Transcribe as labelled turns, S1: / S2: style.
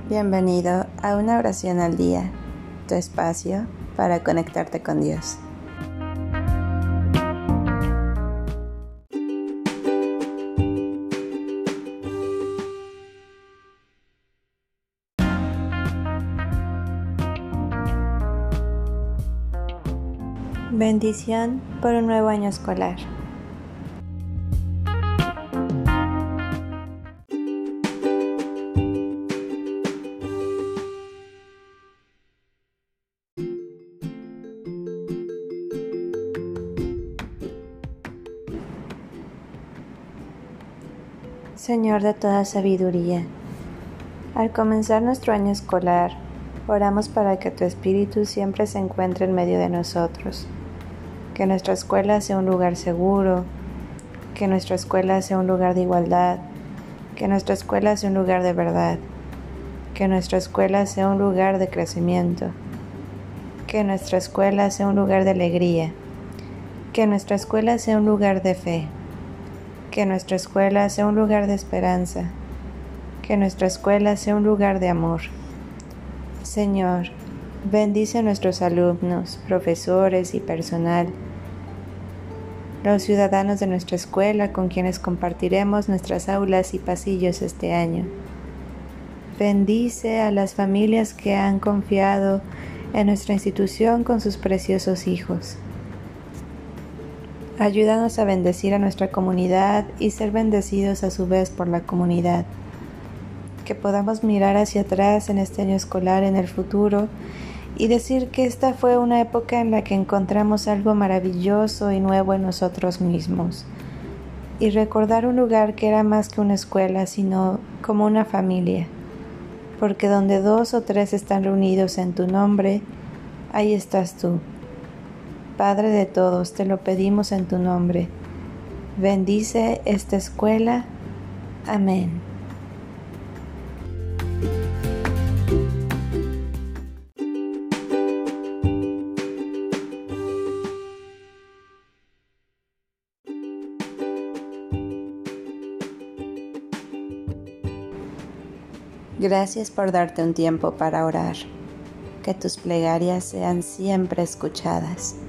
S1: Bienvenido a una oración al día, tu espacio para conectarte con Dios. Bendición por un nuevo año escolar. Señor de toda sabiduría, al comenzar nuestro año escolar, oramos para que tu Espíritu siempre se encuentre en medio de nosotros, que nuestra escuela sea un lugar seguro, que nuestra escuela sea un lugar de igualdad, que nuestra escuela sea un lugar de verdad, que nuestra escuela sea un lugar de crecimiento, que nuestra escuela sea un lugar de alegría, que nuestra escuela sea un lugar de fe, que nuestra escuela sea un lugar de esperanza, que nuestra escuela sea un lugar de amor. Señor, bendice a nuestros alumnos, profesores y personal, los ciudadanos de nuestra escuela con quienes compartiremos nuestras aulas y pasillos este año. Bendice a las familias que han confiado en nuestra institución con sus preciosos hijos. Ayúdanos a bendecir a nuestra comunidad y ser bendecidos a su vez por la comunidad. Que podamos mirar hacia atrás en este año escolar en el futuro y decir que esta fue una época en la que encontramos algo maravilloso y nuevo en nosotros mismos. Y recordar un lugar que era más que una escuela, sino como una familia. Porque donde 2 o 3 están reunidos en tu nombre, ahí estás tú. Padre de todos, te lo pedimos en tu nombre. Bendice esta escuela. Amén. Gracias por darte un tiempo para orar. Que tus plegarias sean siempre escuchadas.